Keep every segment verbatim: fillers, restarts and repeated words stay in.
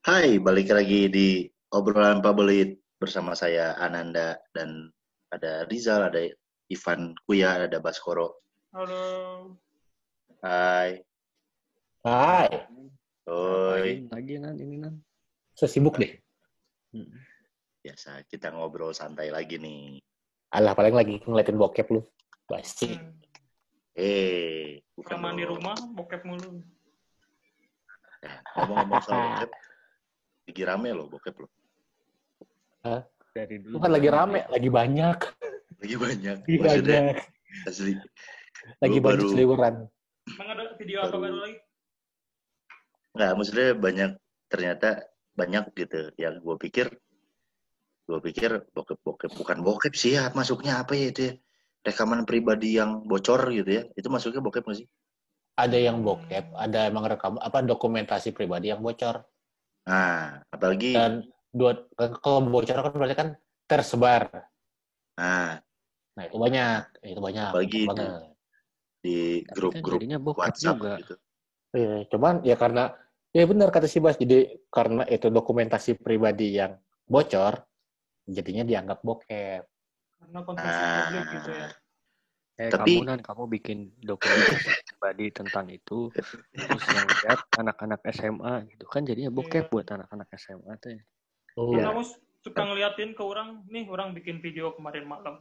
Hai, balik lagi di obrolan Pabelit bersama saya Ananda dan ada Rizal, ada Ivan Kuya, ada Baskoro. Halo. Hai, Hai, oi. Ngapain lagi nan ini nan? saya sibuk deh. Hmm. Biasa kita ngobrol santai lagi nih. Alah, paling lagi ngeliatin bokep lu. Pasti. Hmm. Eh, bukan Kelamaan di dong. rumah bokep mulu. Ya, ngomong-ngomong soal bokep, lagi rame loh bokep loh. Dari dulu. Lu kan lagi rame, lagi banyak. Lagi banyak. Lagi Maksudnya banyak. asli. Lagi Gua banyak baru- seliweran. Emang ada video apa Baru- baru lagi? Nggak, maksudnya banyak, ternyata banyak gitu. Yang gue pikir, gue pikir bokep-bokep, bukan bokep sih ya, masuknya apa ya itu ya? Rekaman pribadi yang bocor gitu ya, itu masuknya bokep nggak sih? Ada yang bokep, ada emang rekam apa dokumentasi pribadi yang bocor. Nah, apalagi, Dan dua kalau bocor kan berarti kan tersebar. nah, Nah, itu banyak, itu banyak. Apalagi banyak di- banget. di Tapi kan grup-grup jadinya bokep WhatsApp juga. gitu. Iya, cuman ya karena ya benar kata si Bas, jadi karena itu dokumentasi pribadi yang bocor, jadinya dianggap bokep. Karena konsumsi Nah, publik gitu ya. Eh Tapi- kamu nan kamu bikin dokumentasi pribadi tentang itu, terus yang lihat anak-anak S M A gitu kan jadinya Iya. bokep buat anak-anak S M A teh. Oh, Kan Iya. kamu suka ngeliatin ke orang, nih orang bikin video kemarin malam.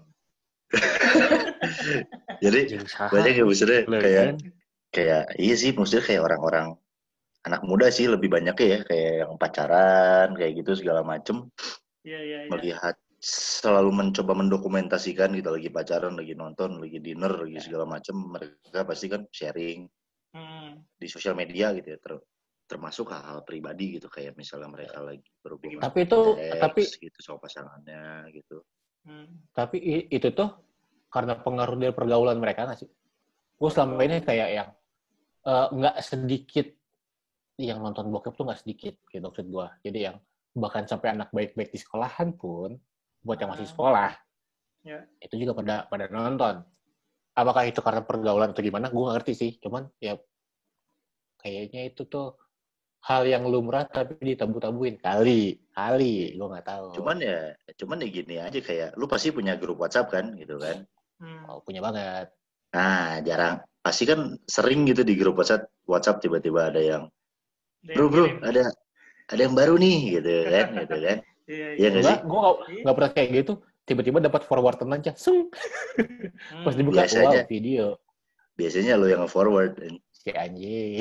Jadi Jeung saha banyak ya maksudnya kayak, leugeun. kayak iya sih maksudnya kayak orang-orang anak muda sih lebih banyak ya kayak yang pacaran kayak gitu segala macem. Iya, iya, iya. Melihat selalu mencoba mendokumentasikan gitu lagi pacaran, lagi nonton, lagi dinner, lagi segala macem, mereka pasti kan sharing Hmm. di sosial media gitu ya, ter- termasuk hal-hal pribadi gitu kayak misalnya mereka lagi berhubungan Tapi itu- seks tapi- gitu sama pasangannya gitu. Hmm. Tapi i- itu tuh karena pengaruh dari pergaulan mereka nggak sih? Gue selama ini kayak yang eh, nggak sedikit yang nonton bokep tuh nggak sedikit gitu maksud gue. Jadi yang bahkan sampai anak baik-baik di sekolahan pun, buat yang masih sekolah, Ya. itu juga pada pada nonton. Apakah itu karena pergaulan atau gimana? Gue nggak ngerti sih. Cuman ya kayaknya itu tuh hal yang lumrah tapi ditabu-tabuin kali, kali. Gue nggak tahu. Cuman ya, cuman ya gini aja kayak lu pasti punya grup WhatsApp kan gitu kan. Hmm. Oh, punya banget. Nah, jarang pasti kan sering gitu di grup WhatsApp WhatsApp tiba-tiba ada yang Ada bro yang bro kirim. ada ada yang baru nih gitu kan gitu kan. Iya, Iya iya. nggak sih? Enggak, gue nggak nggak pernah kayak gitu. Tiba-tiba dapat forwardan aja, sung. Hmm. Pas dibuka, Biasanya. wow, video. Biasanya lu yang forward Si anjing.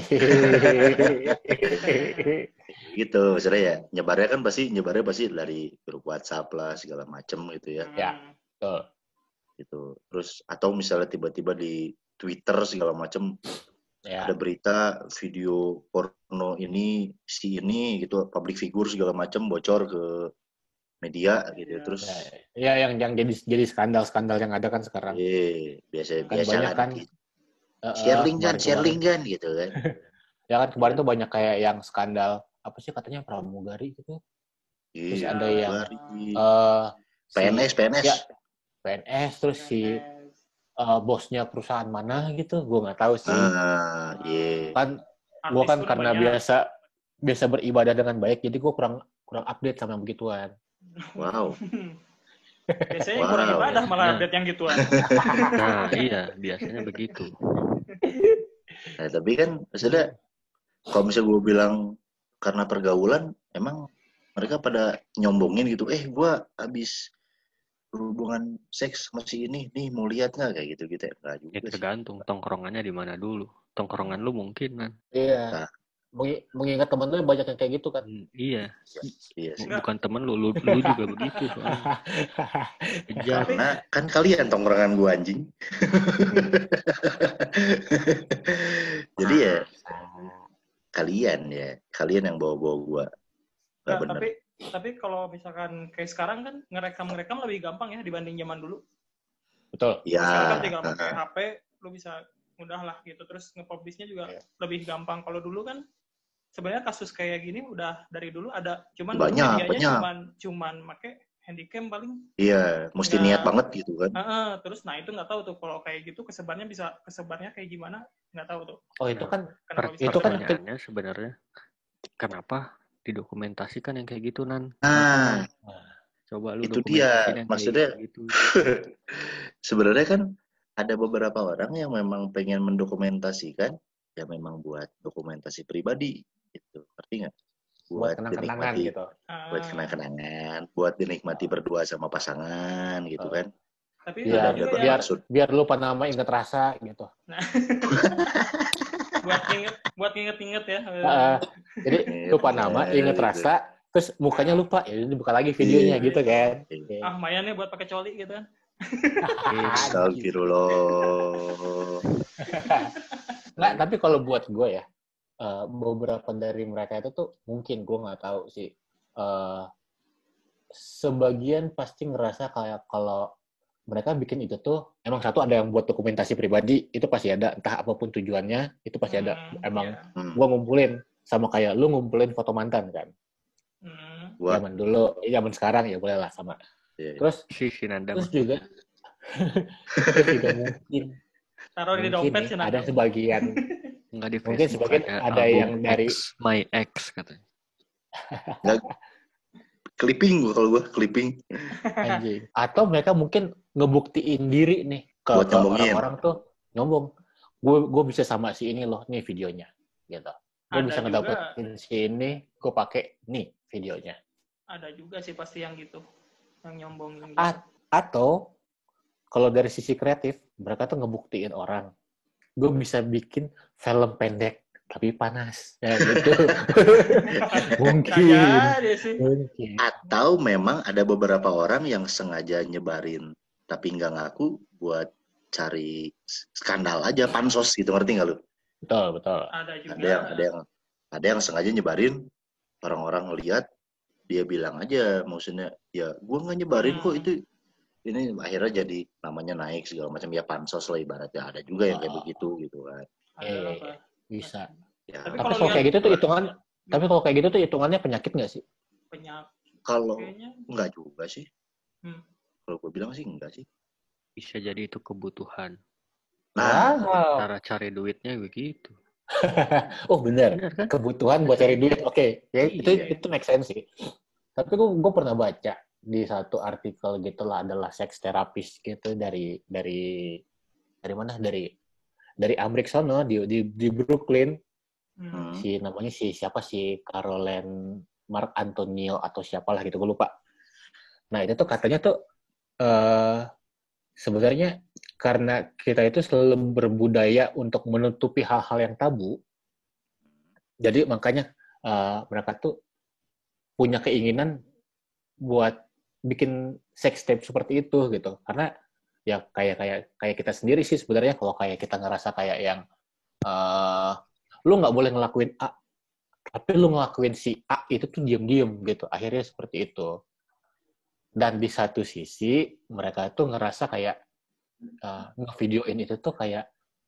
gitu. Maksudnya ya nyebarnya kan pasti nyebarnya pasti dari grup WhatsApp lah segala macem gitu ya. Hmm. Ya. Betul. Gitu. Terus atau misalnya tiba-tiba di Twitter segala macem Ya. ada berita video porno ini si ini gitu public figure segala macem bocor ke media gitu. Iya. Terus Ya, yang yang jadi jadi skandal-skandal yang ada kan sekarang. eh biasa Kan biasa banyak kan. gitu. Uh, Share link kan, kemarin- share link kan gitu kan. Ya kan kemarin tuh banyak kayak yang skandal apa sih katanya pramugari gitu. Terus Iya, ada yang pramugari. eh P N S, P N S. Ya, P N S terus si P N S. eh, bosnya perusahaan mana gitu, gue nggak tahu sih. Ah, iya. Kan Artis gue kan pun karena banyak. biasa biasa beribadah dengan baik, jadi gue kurang kurang update sama yang begituan. Wow. Biasanya yang Wow. kurang ibadah malah Nah. update yang gituan. Nah, iya, biasanya begitu. Nah, tapi kan maksudnya kalau misalnya gue bilang karena pergaulan, emang mereka pada nyombongin gitu, eh gue abis berhubungan seks sama si ini, nih mau lihat nggak kayak gitu gitu ya? Nggak juga Ya sih. tergantung tongkrongannya di mana dulu. Tongkrongan lu mungkin kan. Iya. Nah. Mengi- Mengingat temen lu banyak yang kayak gitu kan. Hmm, iya, Iya sih. Enggak. bukan temen lu, lu, lu juga begitu soalnya. Kejar. Karena kan kalian tongkrongan gue anjing. Jadi ya kalian ya, kalian yang bawa-bawa gue. Nggak Nggak, bener. tapi tapi kalau misalkan kayak sekarang kan ngerekam ngerekam lebih gampang ya dibanding zaman dulu. Betul. Ya. Sekarang kan tinggal pakai uh, H P, lu bisa mudah lah gitu. Terus nge-publish-nya juga Iya. lebih gampang. Kalau dulu kan sebenarnya kasus kayak gini udah dari dulu ada, cuman Banyak, dulu medianya banyak. cuman cuman make handycam paling. Iya, mesti Nggak. niat banget gitu kan. Heeh, terus nah itu nggak tahu tuh kalau kayak gitu kesebarnya bisa kesebarnya kayak gimana nggak tahu tuh. Oh itu kan Kenapa Per- bisa itu kan kesebarnya? pertanyaannya sebenarnya kenapa didokumentasikan yang kayak gitu, Nan. Nah, Coba lu itu dia. dokumentasiin yang Maksudnya, kayak gitu. sebenarnya kan ada beberapa orang yang memang pengen mendokumentasikan, ya memang buat dokumentasi pribadi, gitu. Ngerti nggak? Buat Buat kenang-kenangan dinikmati, gitu. buat Ah, kenang-kenangan, buat dinikmati berdua sama pasangan, gitu Oh. kan. tapi Biar ada Ada juga yang biar bermaksud. biar lupa nama inget rasa gitu. nah, buat inget buat inget-inget ya. Heeh. Jadi lupa nama, inget Gitu. rasa, terus mukanya lupa, ya dibuka lagi videonya Iya. gitu kan. Iya. Ah, lumayan ya buat pakai coli gitu kan. Astagfirullah. Nggak, tapi kalau buat gue ya, uh, beberapa dari mereka itu tuh mungkin gue nggak tahu sih. Uh, sebagian pasti ngerasa kayak kalau mereka bikin itu tuh emang satu ada yang buat dokumentasi pribadi, itu pasti ada, entah apapun tujuannya itu pasti ada. Hmm, Emang iya. Hmm. gue ngumpulin sama kayak lu ngumpulin foto mantan kan. Hmm. Buat Zaman dulu, ya zaman sekarang ya boleh lah sama. iya, iya. Terus Si si Nanda terus mah. juga terus juga mungkin Taruh di mungkin dompet nih, sih ada nanti. sebagian Enggak di mungkin Facebook sebagian ada, ada album yang dari X, My X katanya. Nggak, clipping gua kalau gua clipping anjing. Atau mereka mungkin ngebuktiin diri nih ke, buat ke nyombongin. orang-orang tuh nyombong. Gue gue bisa sama si ini loh, nih videonya, gitu. Gue Ada bisa juga. ngedapetin si ini, gue pakai nih videonya. Ada juga sih pasti yang gitu, yang nyombongin gitu. A- atau kalau dari sisi kreatif, mereka tuh ngebuktiin orang. Gue bisa bikin film pendek tapi panas, ya gitu. Mungkin. Kagak ada sih. Mungkin. Atau memang ada beberapa orang yang sengaja nyebarin tapi nggak ngaku buat cari skandal aja, pansos gitu, ngerti nggak lu? Betul, betul. Ada juga. Ada yang ada yang ada yang sengaja nyebarin, orang-orang lihat dia bilang aja, maksudnya ya gue nggak nyebarin kok Hmm. itu, ini akhirnya jadi namanya naik segala macam, ya pansos lah ibaratnya. Ada juga yang kayak Oh. begitu gitu kan. Ada Eh, lah, Pak. bisa. Ya, Tapi Tapi kalau kalau kayak lihat- gitu tuh hitungan, tapi kalau kayak gitu tuh hitungannya penyakit nggak sih? Penyakit kalau kayaknya. enggak juga sih. Hmm. Kalau gue bilang sih enggak sih. Bisa jadi itu kebutuhan. Nah, Wow. Cara cari duitnya begitu. Oh benar, Benar kan? kebutuhan buat cari duit. Oke, ya, itu Iya. itu make sense sih. Tapi gue gue pernah baca di satu artikel gitulah, adalah seks terapis gitu dari dari dari mana? Dari dari Amerika sono, di di di Brooklyn. Hmm. Si namanya si siapa sih, Caroline Mark Antonio atau siapalah gitu, gue lupa. Nah itu tuh katanya tuh eh sebenarnya karena kita itu selalu berbudaya untuk menutupi hal-hal yang tabu, jadi makanya eh, mereka tuh punya keinginan buat bikin sex tape seperti itu gitu. Karena ya kayak kayak kayak kita sendiri sih sebenarnya, kalau kayak kita ngerasa kayak yang eh lu nggak boleh ngelakuin A, tapi lu ngelakuin si A itu tuh diem-diem gitu. Akhirnya seperti itu. Dan di satu sisi mereka tuh ngerasa kayak uh, ngevideoin itu tuh kayak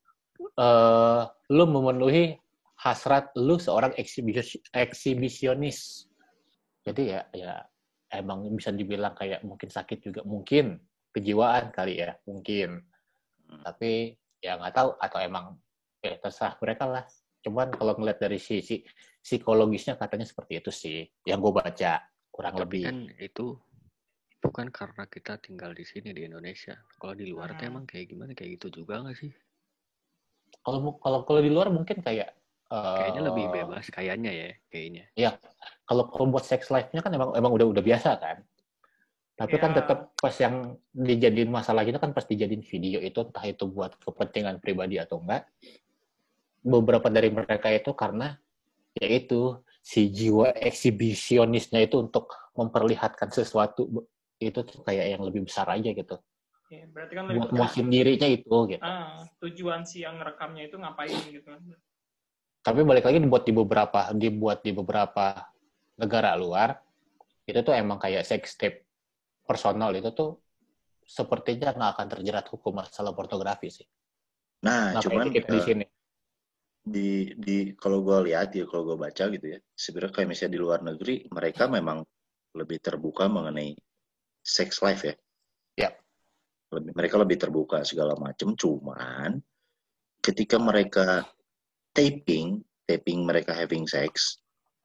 uh, lu memenuhi hasrat lu seorang ekshibis- eksibisionis. Jadi ya ya emang bisa dibilang kayak mungkin sakit juga, mungkin kejiwaan kali ya, mungkin. Tapi ya nggak tahu, atau emang ya terserah mereka lah. Cuman kalau ngeliat dari sisi psikologisnya katanya seperti itu sih yang gue baca kurang Tapi lebih. kan itu bukan karena kita tinggal di sini di Indonesia. Kalau di luar tuh Hmm. emang kayak gimana? Kayak gitu juga nggak sih? Kalau kalau kalau di luar mungkin kayak uh, Kayaknya lebih bebas, kayaknya ya, kayaknya. ya kalau kalau buat sex life-nya kan emang emang udah udah biasa kan. Tapi Ya. kan tetap pas yang dijadiin masalah gitu kan, pas dijadiin video itu, entah itu buat kepentingan pribadi atau enggak, beberapa dari mereka itu karena yaitu si jiwa eksibisionisnya itu untuk memperlihatkan sesuatu itu tuh kayak yang lebih besar aja gitu. Ya, berarti kan lebih Buat muasin dirinya itu gitu. ah, tujuan si yang ngerekamnya itu ngapain gitu kan. Tapi balik lagi dibuat di beberapa dibuat di beberapa negara luar, itu tuh emang kayak sex tape personal itu tuh sepertinya nggak akan terjerat hukum masalah pornografi sih. nah Nah, cuman kita di uh, sini. di di kalau gue lihat ya, kalau gue baca gitu ya, sebenarnya kayak misalnya di luar negeri mereka memang lebih terbuka mengenai sex life ya. Ya. Lebih, mereka lebih terbuka segala macam. Cuman ketika mereka taping, taping mereka having sex,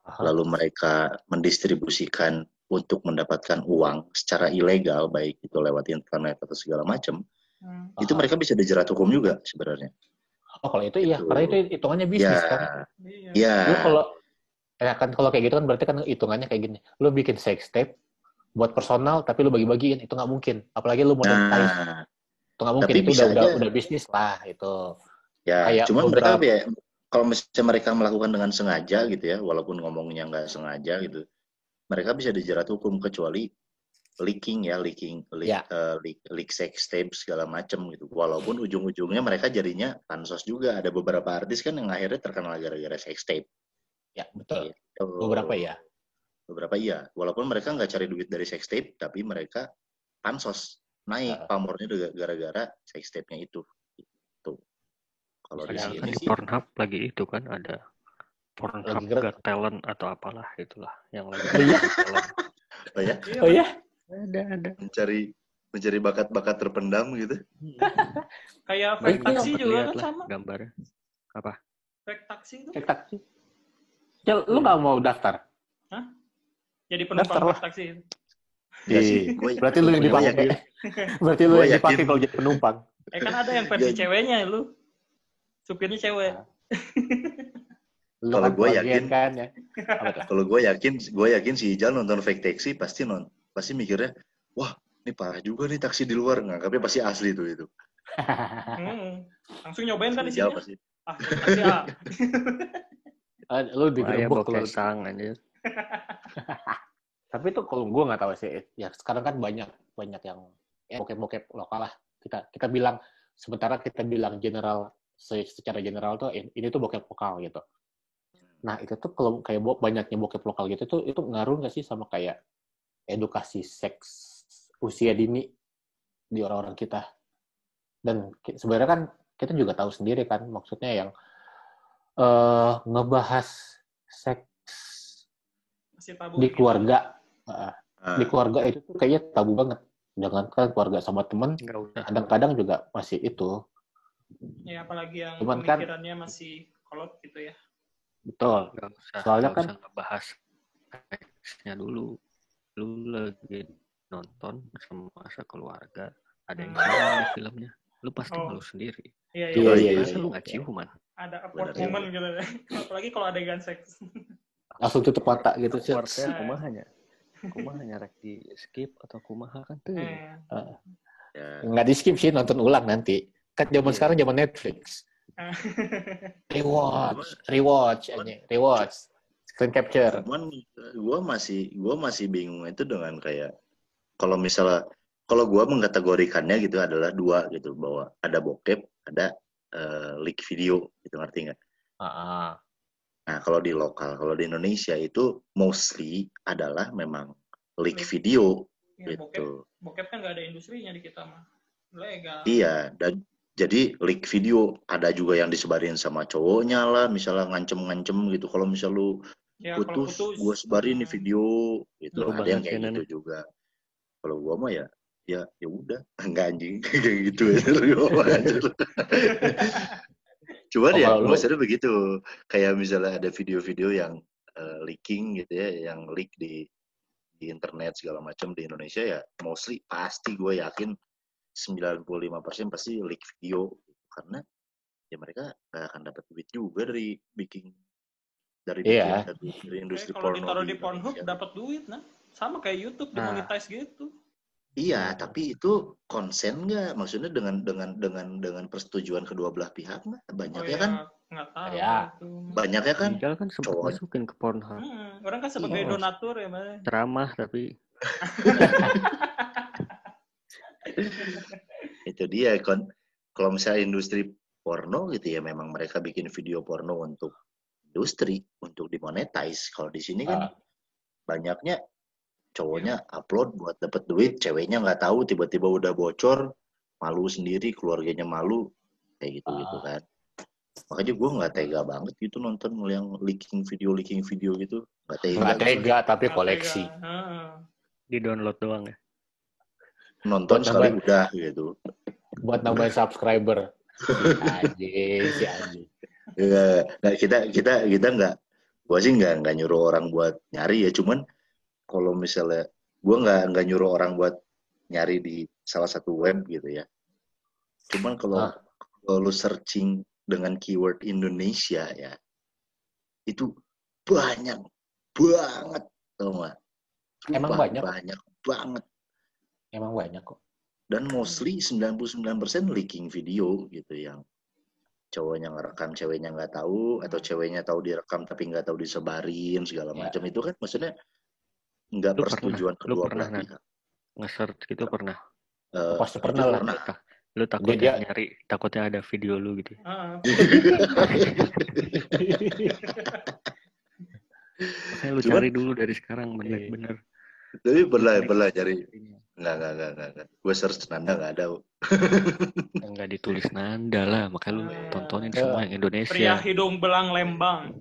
Aha. lalu mereka mendistribusikan untuk mendapatkan uang secara ilegal, baik itu lewat internet atau segala macam, Hmm. itu Aha. mereka bisa dijerat hukum juga sebenarnya. Oh kalau itu iya, Gitu. karena itu hitungannya Ya, bisnis kan. Iya. ya, Lu kalau ya kan kalau kayak gitu kan berarti kan hitungannya kayak gini. Lu bikin sex tape buat personal tapi lu bagi-bagiin, itu nggak mungkin. Apalagi lu monetize, nah, itu nggak mungkin. tapi Itu bisa udah udah aja. udah bisnis lah itu. Ya, Kayak cuman mereka beberapa ya, kalau misalnya mereka melakukan dengan sengaja gitu ya, walaupun ngomongnya nggak sengaja gitu, mereka bisa dijerat hukum kecuali leaking ya, leaking, leak, ya uh, leak, leak sex tape segala macam gitu. Walaupun ujung-ujungnya mereka jadinya pansos juga. Ada beberapa artis kan yang akhirnya terkenal gara-gara sex tape. ya betul. Gitu. Beberapa ya. Beberapa iya. Walaupun mereka nggak cari duit dari sex tape, tapi mereka pansos naik Uh, pamornya juga gara-gara sex tape-nya itu. Gitu. Kalau di Bisa sini Sedangkan di sih, Pornhub lagi itu kan ada Pornhub lagi gerak. Got Talent atau apalah itulah yang lagi Oh iya? mencari talent. oh ya, Iya, Oh ya? Ada ada. mencari mencari bakat-bakat terpendam gitu. kayak Oh, fake itu taksi juga Lihat kan lah sama. gambarnya. Apa? Fake taksi itu Cek taksi. Ya, lu nggak mau daftar? jadi penumpang Daftar lah. fake taksi. Enggak Di- sih, gue Berarti lu yang gue dipakai. yakin, Berarti lu Gua yang yakin. dipakai kalau jadi penumpang. Eh kan ada yang versi Gak. ceweknya lu. Supirnya cewek. Lu Kalau kan gue kebagian yakin, kan ya. Apa tuh? kalau gue yakin, gue yakin si Ijal nonton Fake Taxi pasti non, pasti mikirnya, wah, ini parah juga nih taksi di luar, nganggapnya pasti asli tuh itu. Hmm. Langsung nyobain kan di Si Ijal sini. pasti. Ah, taksi ah. Ah, lu Ayah digerebek bawa lu. kesang anjir. Tapi itu kalau gue nggak tahu sih. Ya sekarang kan banyak banyak yang ya, bokep-bokep lokal lah. Kita kita bilang sementara kita bilang general se- secara general tuh ini, ini tuh bokep lokal gitu. Nah itu tuh kalau kayak bo- banyaknya bokep lokal gitu tuh itu ngaruh nggak sih sama kayak edukasi seks usia dini di orang-orang kita? Dan ki- sebenarnya kan kita juga tahu sendiri kan maksudnya yang eh, ngebahas seks Masih tabu. di gitu. keluarga uh, Ah, di keluarga itu tuh kayaknya tabu banget. Jangankan keluarga sama temen, Enggak usah. kadang-kadang juga masih itu. Ya apalagi yang Cuman kan- pemikirannya masih kolot gitu ya. Betul. Enggak usah. Soalnya Nggak kan- usah ngebahas teksnya dulu. Lu lagi nonton sama sekeluarga, ada yang ciuman di filmnya. Lu pasti Oh. malu sendiri. Iya, Iya, Oh, iya, iya, Masa iya. lu nggak ciuman? Ada awkward Benar, moment gitu ya. Apalagi kalau adegan seks. Langsung tutup mata gitu. Set. Awkwardnya kumahanya. Kumahanya rek di skip atau kumaha kan tuh. Eh, ya. Nggak di skip sih, nonton ulang nanti. Kan zaman Iya. sekarang zaman Netflix. Rewatch, rewatch, aja, rewatch. Screen capture. Cuman gue masih gue masih bingung itu dengan kayak kalau misalnya kalau gue mengkategorikannya gitu adalah dua gitu bahwa ada bokep, ada uh, leak video gitu, ngerti nggak? Ah, Nah kalau di lokal, kalau di Indonesia itu mostly adalah memang leak Leak. video ya, bokep, gitu. bokep kan nggak ada industrinya di kita mah. Legal. Iya, dan jadi leak video ada juga yang disebarin sama cowoknya lah, misalnya ngancem-ngancem gitu. Kalau misal lu Ya, kalau putus, putus. gue sebarin nih hmm, video gitu. Lu Ada yang kayak bahagian gitu nih. juga. Kalau gua mah ya, ya ya udah, enggak anjing kayak gitu ya. Gua mah anjir. Cuman Oh, ya kalau lu- maksudnya begitu. Kayak misalnya ada video-video yang uh, leaking gitu ya, yang leak di di internet segala macam di Indonesia ya, mostly pasti gue yakin sembilan puluh lima persen pasti leak video karena ya mereka nggak akan dapat duit juga dari bikin dari bikin Iya. dari, dari Eh, industri kalau porno ditaruh di di Pornhub Indonesia. dapat duit nah. Sama kayak YouTube Nah. dimonetize gitu. Iya, tapi itu konsen nggak? Maksudnya dengan dengan dengan dengan persetujuan kedua belah pihak nggak? Oh Banyaknya ya, kan, nggak tahu Ya. itu. banyaknya kan Rijal kan sempat cowok. masukin ke Pornhub. Hmm, orang kan sebagai Iya. donatur ya, Mas. Ceramah tapi Itu dia kon. Kalau misalnya industri porno gitu ya, memang mereka bikin video porno untuk industri untuk dimonetize. Kalau di sini kan Ah. banyaknya cowoknya upload buat dapat duit, ceweknya nggak tahu, tiba-tiba udah bocor, malu sendiri, keluarganya malu, kayak gitu gitu kan. Makanya gue nggak tega banget gitu nonton yang leaking video leaking video gitu, nggak tega. Nggak tega, tapi Nggak koleksi. tega. Heeh. di-download doang ya. Nonton Buat sekali nambahin- udah gitu. Buat nambahin subscriber. Si anjing, si anjing. Ya, nah, kita kita kita nggak Gue sih nggak nggak nyuruh orang buat nyari ya, cuman kalau misalnya gue nggak nggak nyuruh orang buat nyari di salah satu web gitu ya. Cuman kalau Ah. kalau lu searching dengan keyword Indonesia ya, itu banyak banget, tau nggak? Emang Sumpah, banyak? banyak banget. Emang banyak kok. Dan mostly sembilan puluh sembilan persen leaking video gitu, yang cowoknya ngerekam, ceweknya nggak tahu, atau ceweknya tahu direkam tapi nggak tahu disebarin segala Ya. macam. Itu kan maksudnya nggak Lu pernah, persetujuan lu kedua pernah belah Nan, pihak. nge-search gitu pernah? Eh, Pasti jujur pernah lah. pernah. Tak- Lu Dia takutnya dia nyari, takutnya ada video lu gitu. Ah, Makanya lu Cuman- cari dulu dari sekarang bener-bener. Tapi pernah Cari pernah tahu cari. cirinya. Nggak nggak nggak nggak. nggak. Gue search Nanda nggak ada. Enggak ditulis Nanda lah, makanya lu Ah. tontonin Eh. semua yang pria Indonesia. hidung belang Lembang.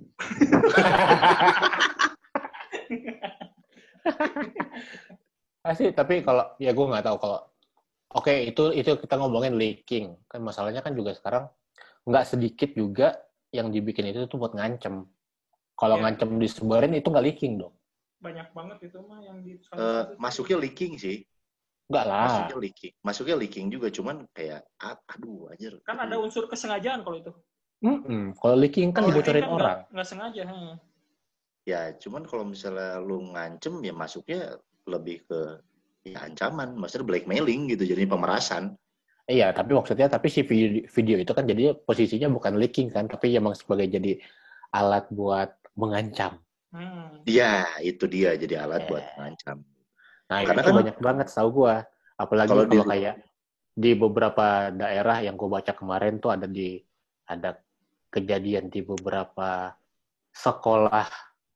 Pasti, tapi kalau ya gue nggak tahu kalau oke itu itu kita ngomongin leaking kan, masalahnya kan juga sekarang nggak sedikit juga yang dibikin itu tuh buat ngancem. Kalau Iya. ngancem disebarin itu nggak leaking dong. Banyak banget itu mah yang di Eh, masuknya leaking sih. Nggak lah. Masuknya leaking. Masuknya leaking juga, cuman kayak ah, aduh anjir. kan ada unsur kesengajaan kalau itu. Mm-mm. Kalau leaking kan Kalau dibocorin leaking kan orang. nggak- nggak sengaja. hmm. Ya, cuman kalau misalnya lu ngancem ya masuknya lebih ke ya ancaman, maksudnya blackmailing gitu, jadi pemerasan. Iya, tapi maksudnya tapi si video, video itu kan jadinya posisinya bukan leaking kan, tapi emang sebagai jadi alat buat mengancam. Hmm. Iya, itu dia jadi alat Eh. buat mengancam. Nah, Karena itu kan- banyak banget tahu gua. Apalagi Kalau kalau di- kayak di beberapa daerah yang gua baca kemarin tuh ada di ada kejadian di beberapa sekolah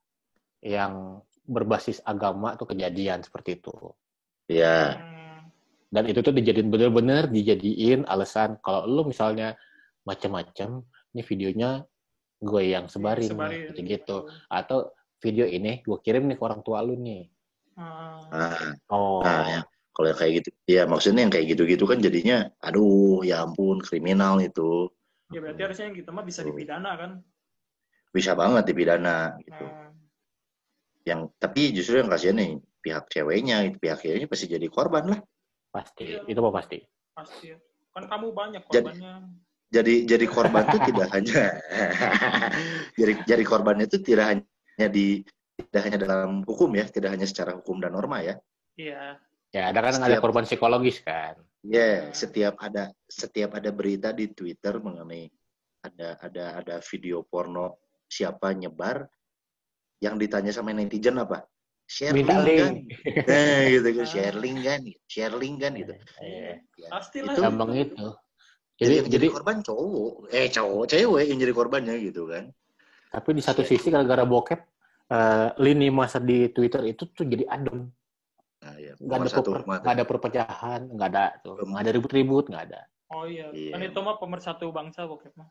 yang berbasis agama tuh kejadian seperti itu. Ya, Hmm. Dan itu tuh dijadiin bener-bener dijadiin alasan kalau lu misalnya macam-macam, ini videonya gue yang sebarin, Sebarin. gitu-gitu. Atau video ini gue kirim nih ke orang tua lu nih. Ah. nah, Oh, nah ya. Kalau yang kayak gitu, ya maksudnya yang kayak gitu-gitu kan jadinya, aduh, ya ampun, kriminal itu. Ya berarti harusnya yang gitu mah bisa dipidana kan. Bisa banget dipidana gitu. Nah, Yang tapi justru yang kasihan nih pihak ceweknya, itu pihak ceweknya pasti jadi korban lah. pasti. Iya. Itu mah pasti. pasti. Kan kamu banyak Jadi- korbannya. Jadi jadi korban tuh tidak hanya jadi jadi korbannya itu tidak hanya di tidak hanya dalam hukum ya, tidak hanya secara hukum dan norma ya. Iya. Ya, ada kan ada Setiap- korban psikologis kan. Ya, Hmm. setiap ada setiap ada berita di Twitter mengenai ada ada ada video porno siapa nyebar, yang ditanya sama netizen apa? Share Minta link kan? link. Nah, gitu kan, Ah. share link kan? Share link kan gitu. Iya. Ya, Pastilah. itu Gampang itu. jadi Jadi yang jadi jadi korban cowok, eh cowok, cewek yang jadi korbannya gitu kan. tapi di satu sisi gara-gara bokep eh, lini masa di Twitter itu tuh jadi adem. Nah, ya, Nggak ada, nomor satu per- mah nggak ada perpecahan, nggak ada tuh, Belum. nggak ada ribut-ribut, nggak ada. Oh iya. Iya. Kan itu mah pemersatu bangsa bokep mah.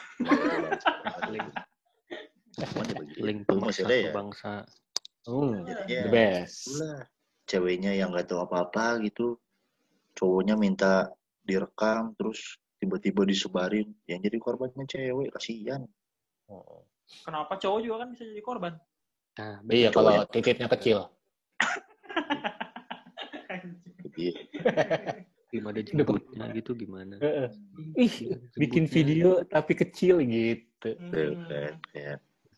Link, Semuanya begitu. link Itu masih ada pemersatu ya. bangsa. Hmm, Jadinya, the best. itulah ceweknya yang nggak tahu apa-apa gitu, cowoknya minta direkam terus tiba-tiba disebarin, yang jadi korbannya cewek, kasihan. Kenapa cowok juga kan bisa jadi korban? Nah, Iya, kalau Cowoknya- titiknya kecil. Jadi, gimana jemputnya gitu gimana? Ih, bikin Jemputnya. video tapi kecil gitu. tuh, Hmm. kan, kan.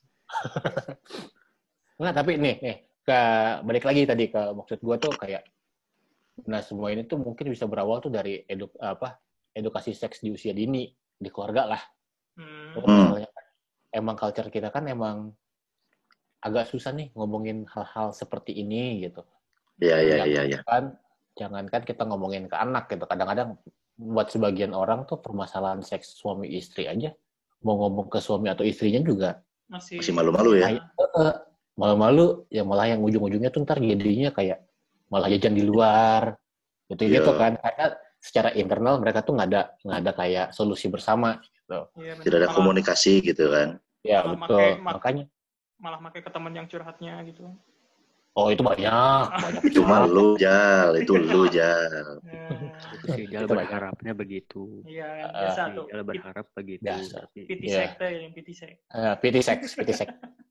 Nggak, tapi nih, nih, ke, balik lagi tadi ke maksud gua tuh kayak, nah semua ini tuh mungkin bisa berawal tuh dari edu, apa, edukasi seks di usia dini, di keluarga lah. Hmm. Oh, misalnya kan, emang culture kita kan emang agak susah nih ngomongin hal-hal seperti ini gitu. Iya, iya, iya, iya. Kan, jangankan kita ngomongin ke anak gitu, kadang-kadang buat sebagian orang tuh permasalahan seks suami istri aja, mau ngomong ke suami atau istrinya juga Masih, Masih malu-malu ya. kayak, eh, malu-malu, ya malah yang ujung-ujungnya tuh ntar jadinya kayak malah jajan di luar, gitu-gitu Iya. kan, karena secara internal mereka tuh nggak ada nggak ada kayak solusi bersama gitu. Iya, bener. Tidak ada Malah- komunikasi gitu kan. Ya Malah betul, make- mak- makanya. malah pakai ke teman yang curhatnya gitu. Oh itu banyak, banyak. Cuma lu Jal, itu lu Jal. Ya, Itu sih Jal Itu banyak. berharapnya begitu. iya kan Eh, biasa Si tuh. Jal berharap begitu. Biasa. Tapi P T Iya. sekte yang P T sek. Uh, P T seks, P T seks.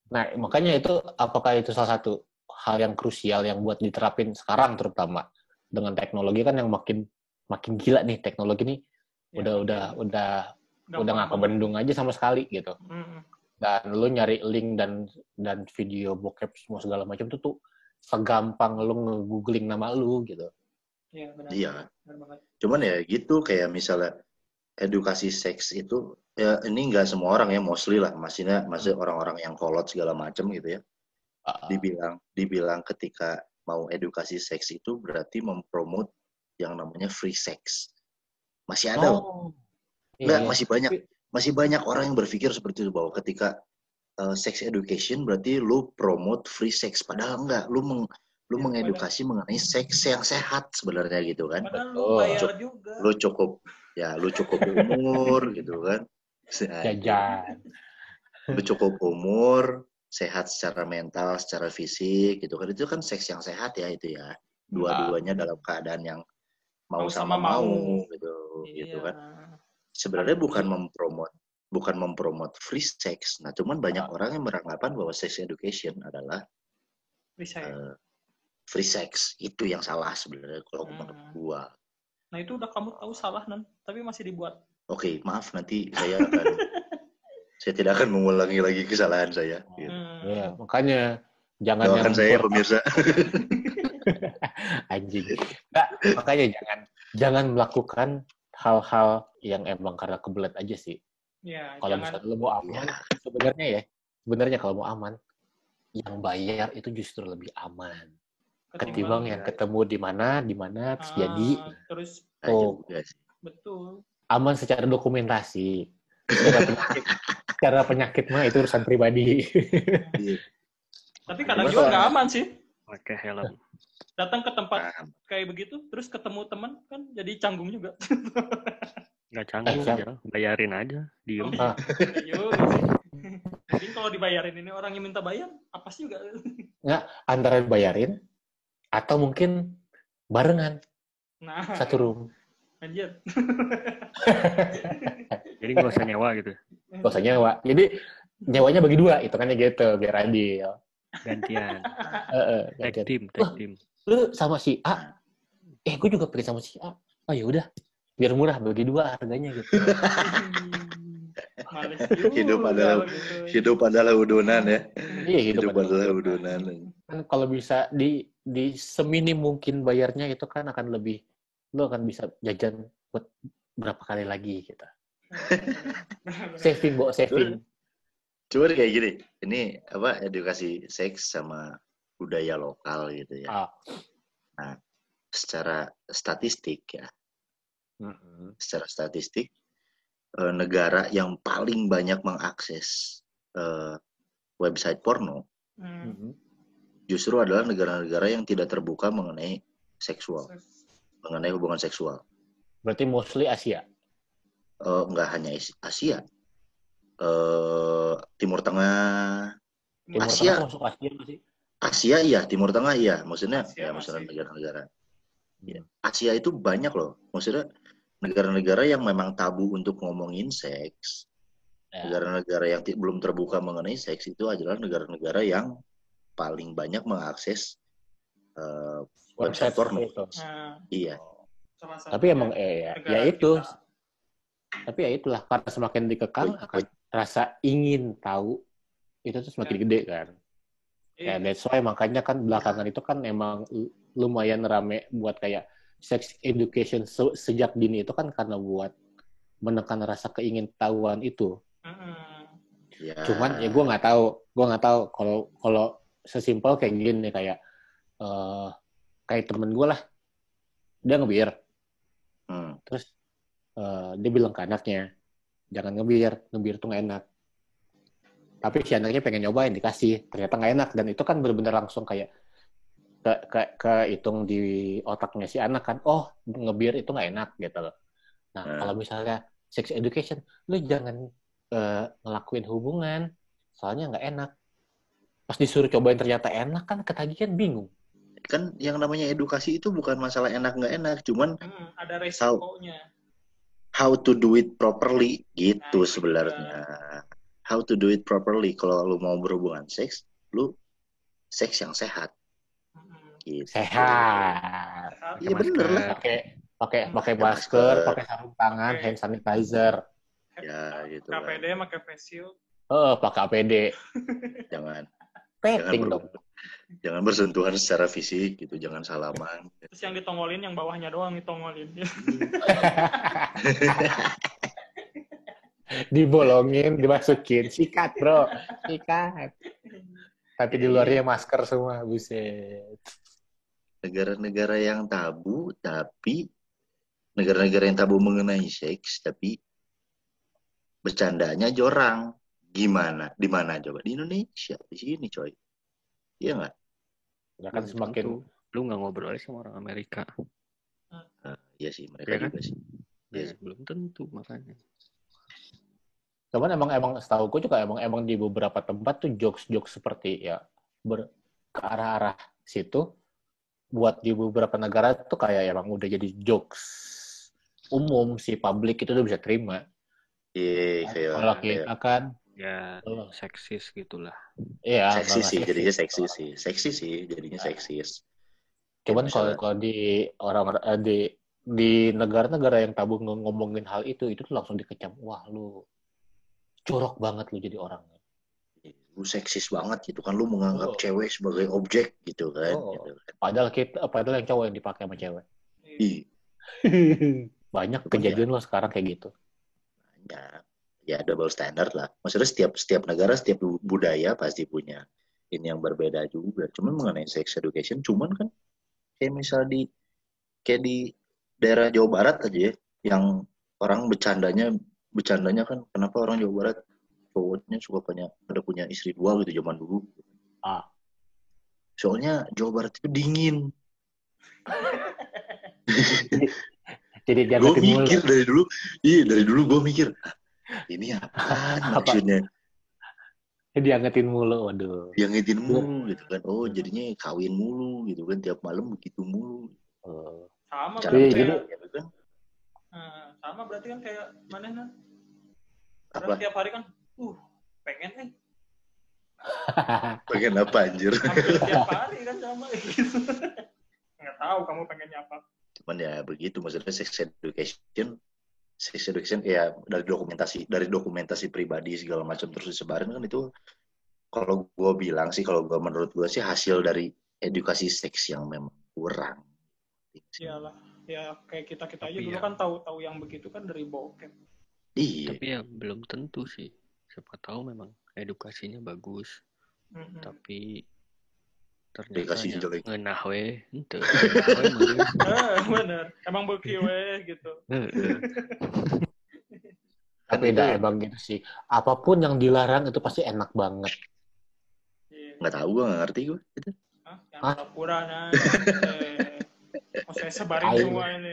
Nah, makanya itu apakah itu salah satu hal yang krusial yang buat diterapin sekarang terutama dengan teknologi kan yang makin makin gila nih teknologi nih Ya, udah makin udah udah gampang udah nggak banget. kebendung aja sama sekali gitu. Mm-mm. Dan lu nyari link dan dan video bokep semua segala macam tuh tuh segampang lu nge-googling nama lu gitu. Iya, benar. Iya. Benar banget. Cuman ya gitu kayak misalnya edukasi seks itu ya ini nggak semua orang ya mostly lah maksudnya masih orang-orang yang kolot segala macam gitu ya. Uh, Dibilang dibilang ketika mau edukasi seks itu berarti mempromot yang namanya free sex. Masih ada loh. oh, Nggak, iya, iya. masih banyak masih banyak orang yang berpikir seperti itu bahwa ketika uh, sex education berarti lu promote free sex padahal enggak, lu meng, lu Ya, mengedukasi mengenai seks yang sehat sebenarnya gitu kan. Padahal lu Betul. bayar Cuk- juga. Lu cukup ya lu cukup umur gitu kan. Jajan. Lu cukup umur, sehat secara mental, secara fisik gitu kan. Itu kan seks yang sehat ya itu ya. Dua-duanya dalam keadaan yang mau, Mau sama sama mau. mau gitu Iya. gitu kan. Sebenarnya bukan mempromot bukan mempromot free sex. Nah, cuman banyak Ah. orang yang beranggapan bahwa sex education adalah Bisa ya? uh, free sex. Itu yang salah sebenarnya kalau Hmm. menurut gua. Nah itu udah kamu tahu salah nan, tapi masih dibuat. Oke, maaf nanti saya akan saya tidak akan mengulangi lagi kesalahan saya. Gitu. Hmm. Iya, makanya jangan Doakan yang saya per- pemirsa. anjing. Nggak, makanya jangan jangan melakukan hal-hal yang emang karena kebelet aja sih. Ya, Kalau jangan. misalnya lo mau aman, Ya. sebenarnya ya, sebenarnya kalau mau aman, yang bayar itu justru lebih aman. Ketimbang yang ketemu di mana, di mana terus Ah, jadi terus Nah, oh, juga sih. betul. aman secara dokumentasi. Secara penyakit, secara penyakit mah itu urusan pribadi. Iya. Tapi kadang Gimana? juga nggak aman sih. Pakai helm. Datang ke tempat Paham. kayak begitu, terus ketemu teman kan jadi canggung juga. Nggak canggung Eh, siap. ya, bayarin aja, diem. Oh, iya. Ayo, jadi kalau dibayarin ini orang yang minta bayar, apa sih juga? Nggak, antara bayarin atau mungkin barengan Nah, satu room. anjir. Jadi nggak usah nyewa gitu, Gak usah nyewa. Jadi nyewanya bagi dua, itu kan gitu biar adil. gantian. Heeh, Tag gantian. team, tag team. Lu sama si A, eh gue juga pergi sama si A. Oh ya udah, biar murah bagi dua harganya gitu. Males juga Hidup adalah gitu. hidup adalah udonan ya. Iya hidup, Hidup adalah udonan. Kan kalau bisa di di seminim mungkin bayarnya itu kan akan lebih, lu akan bisa jajan buat berapa kali lagi gitu. Saving, bawa saving. Cuman kayak gini, ini apa edukasi seks sama budaya lokal gitu ya. Ah. Nah, secara statistik ya, Mm-hmm. secara statistik eh, negara yang paling banyak mengakses eh, website porno Hmm. Mm-hmm. justru adalah negara-negara yang tidak terbuka mengenai seksual, mengenai hubungan seksual. Berarti mostly Asia. Eh, nggak hanya Asia, eh, Timur Tengah, Timur Asia. Tengah masuk Asia nggak sih? Asia iya, Timur Tengah iya, maksudnya Asia ya maksudnya masih. negara-negara. Ya. Hmm. Asia itu banyak loh, maksudnya negara-negara yang memang tabu untuk ngomongin seks, Ya. negara-negara yang t- belum terbuka mengenai seks itu adalah negara-negara yang paling banyak mengakses uh, website porno. Itu. Nah, Iya. salah satu Tapi emang eh, ya, ya itu. kita. Tapi ya itulah karena semakin dikekang Wait, akan wait. rasa ingin tahu itu tuh semakin Ya. gede kan. Iya. Ya that's why makanya kan belakangan itu kan emang lumayan rame buat kayak sex education se- sejak dini itu kan karena buat menekan rasa keingintahuan itu. Mm-mm. Ya. Cuman ya gue nggak tahu, gue nggak tahu kalau kalau sesimpel kayak gini kayak uh, kayak temen gue lah, dia ngebir, Hmm. terus uh, dia bilang ke anaknya jangan ngebir, ngebir tuh nggak enak. Tapi si anaknya pengen nyobain, dikasih, ternyata nggak enak dan itu kan benar-benar langsung kayak ke ke kehitung di otaknya si anak kan, oh ngebir itu nggak enak gitu loh. Nah Hmm. kalau misalnya sex education, lu jangan uh, ngelakuin hubungan, soalnya nggak enak. Pas disuruh cobain ternyata enak kan ketagihan bingung. Kan yang namanya edukasi itu bukan masalah enak nggak enak, cuman Mm, ada resikonya. how to do it properly gitu Nah, itu sebenarnya. how to do it properly. Kalau lu mau berhubungan seks, lu seks yang sehat. Mm-mm. Gitu. Sehat. Sehat. Iya bener lah. Pakai pakai pakai Pakai masker, masker. pakai sarung tangan, Pakai- hand sanitizer. Ya gitu K P D kan. pakai face shield. Oh, pakai A P D. Jangan jangan Petting ber- dong. jangan bersentuhan secara fisik gitu, jangan salaman. Terus yang ditongolin yang bawahnya doang ditongolin. Dibolongin, dimasukin, sikat bro, sikat. Tapi di luarnya masker semua, buset. Negara-negara yang tabu tapi negara-negara yang tabu mengenai seks tapi bercandanya jorang. Gimana? Di mana coba? Di Indonesia, di sini coy. Iya nggak? Ya kan Belum semakin tentu. Lu nggak ngobrol sama orang Amerika. Uh, iya sih, mereka Iya kan? juga sih. Ya, Yes. belum tentu makanya. cuman emang emang setahu gue juga emang emang di beberapa tempat tuh jokes-jokes seperti ya ber ke arah-arah situ buat di beberapa negara tuh kayak emang udah jadi jokes umum si publik itu udah bisa terima. Iya, kayak Kalau kayak kita kan Ya, Oh. seksis gitulah. iya seksi nggak sih, seksis. jadinya seksi sih. Seksi sih, jadinya seksis. Cuman Ya, kalau misalnya- kalau di orang eh, di di negara-negara yang tabu ng- ngomongin hal itu itu tuh langsung dikecam. Wah, lu jorok banget lu jadi orang. lu seksis banget gitu kan, lu menganggap Oh. cewek sebagai objek gitu kan. Oh. Gitu kan. Padahal kita padahal yang cowok yang dipakai sama cewek. Ih, Banyak Cuman kejadian loh sekarang kayak gitu. ya, ya double standard lah. Maksudnya setiap setiap negara, setiap budaya pasti punya ini yang berbeda juga. Cuman mengenai sex education, cuman kan kayak misal di kayak di daerah Jawa Barat aja ya, yang orang bercandanya bercandanya kan kenapa orang Jawa Barat cowoknya suka punya ada punya istri dua gitu zaman dulu. Ah. Soalnya Jawa Barat itu dingin. Jadi dia Gue mikir dari dulu, iya dari dulu gue mikir, ah, ini apaan Apa? maksudnya? diangetin mulu, waduh. Yang ngetin mulu gitu kan. Oh jadinya kawin mulu gitu kan, tiap malam begitu mulu. Oh. Sama Cara berarti Jadi- kayak, gitu kan. eh, sama berarti kan kayak mana nah? Apa? Karena tiap hari kan, uh, pengen eh, Pengen apa anjir? hampir tiap hari kan sama gitu. Nggak tahu kamu pengennya apa. Cuman ya begitu, maksudnya sex education, sex education ya dari dokumentasi dari dokumentasi pribadi segala macam terus disebarin kan itu. Kalau gue bilang sih, kalau gue menurut gue sih hasil dari edukasi seks yang memang kurang. Iyalah, ya kayak kita kita aja Tapi dulu ya- kan tahu-tahu yang begitu kan dari bokep. Iya. Tapi ya belum tentu sih. Siapa tahu memang edukasinya bagus, Mm-mm. tapi ternyata Edukasi nya jelek. ngeunah we henteu. Ngeunah we meureun. Eh, bener, emang beki weh gitu. Heeh. Tapi Kan dah itu- emang gitu sih. Apapun yang dilarang itu pasti enak banget. Iya. Nggak tahu, gue nggak ngerti gue. Gitu. Hah? Yang Hah? pura-pura nah. Eh, mau saya sebarin Aing. semua ini.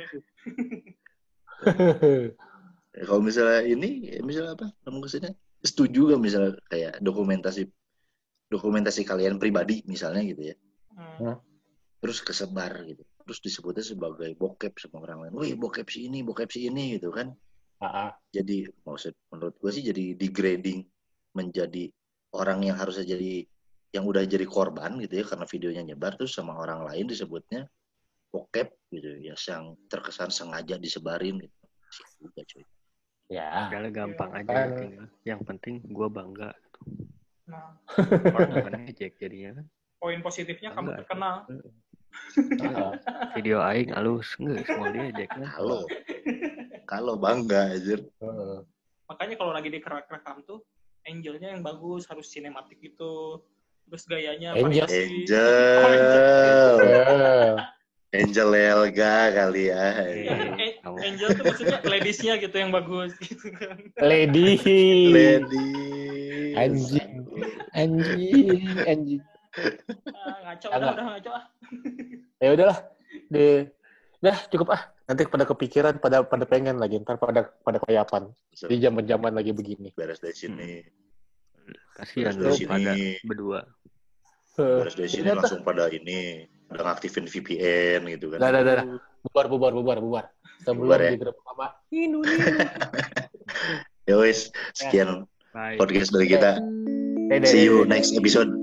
Ya, kalau misalnya ini, ya misalnya apa? Maksudnya setuju gak misalnya kayak dokumentasi dokumentasi kalian pribadi misalnya gitu ya. Hmm. Terus kesebar gitu. Terus disebutnya sebagai bokep sama orang lain. Wih, bokep si ini, bokep si ini gitu kan. Ah, ah. Jadi maksud menurut gue sih jadi degrading menjadi orang yang harusnya jadi yang udah jadi korban gitu ya karena videonya nyebar terus sama orang lain disebutnya bokep gitu ya, yang terkesan sengaja disebarin gitu. Sih juga cuy. Ya. Segala gampang aja Kan- intinya. Yang penting gua bangga. Nah, Orang nggak ngejek jadinya kan. poin positifnya kamu Enggak. terkenal. Ah, Video aing alus enggak semua dia jek kan. Kalau kalau bangga aja. ah. Makanya kalau lagi dikerak-rekam tuh, angelnya yang bagus, harus sinematik gitu. Terus gayanya Angel. variasi. Angel. Eh, Angel Elga kali ya. Eh, Eh, kamu. Angel tuh maksudnya ladies-nya gitu yang bagus gitu kan. Lady. Lady. Anjing. Anjing, anjing. Ah, ngaco Agak. udah, udah ngaco ah. Ya udahlah. Di Dah cukup ah. Nanti pada kepikiran, pada pada pengen lagi, ntar pada pada kelayapan. Di zaman-zaman lagi begini. Beres dari sini. Kasihan Terus lu dari pada sini. berdua. Beres dari sini Udah, langsung pada ini. Udah ngaktifin V P N gitu kan. Dah, dah, dah, dah. Bubar, bubar, bubar, bubar. Sebelum Bubar ya? digerebek sama Indonesia. Ya wes, sekian Bye. podcast dari kita. Dadah, See you dadah, next dadah. episode.